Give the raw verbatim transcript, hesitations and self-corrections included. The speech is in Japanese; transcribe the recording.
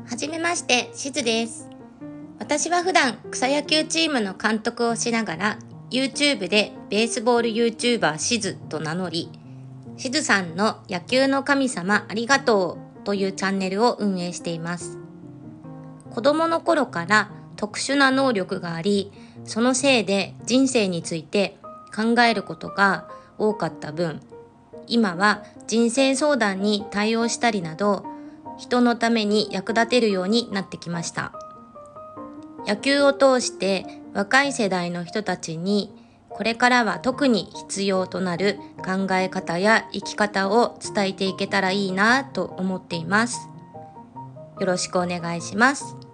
はじめまして、しずです。私は普段草野球チームの監督をしながら YouTube でベースボール YouTuber しずと名乗り、しずさんの野球の神様ありがとうというチャンネルを運営しています。子供の頃から特殊な能力があり、そのせいで人生について考えることが多かった分、今は人生相談に対応したりなど、人のために役立てるようになってきました。野球を通して若い世代の人たちにこれからは特に必要となる考え方や生き方を伝えていけたらいいなと思っています。よろしくお願いします。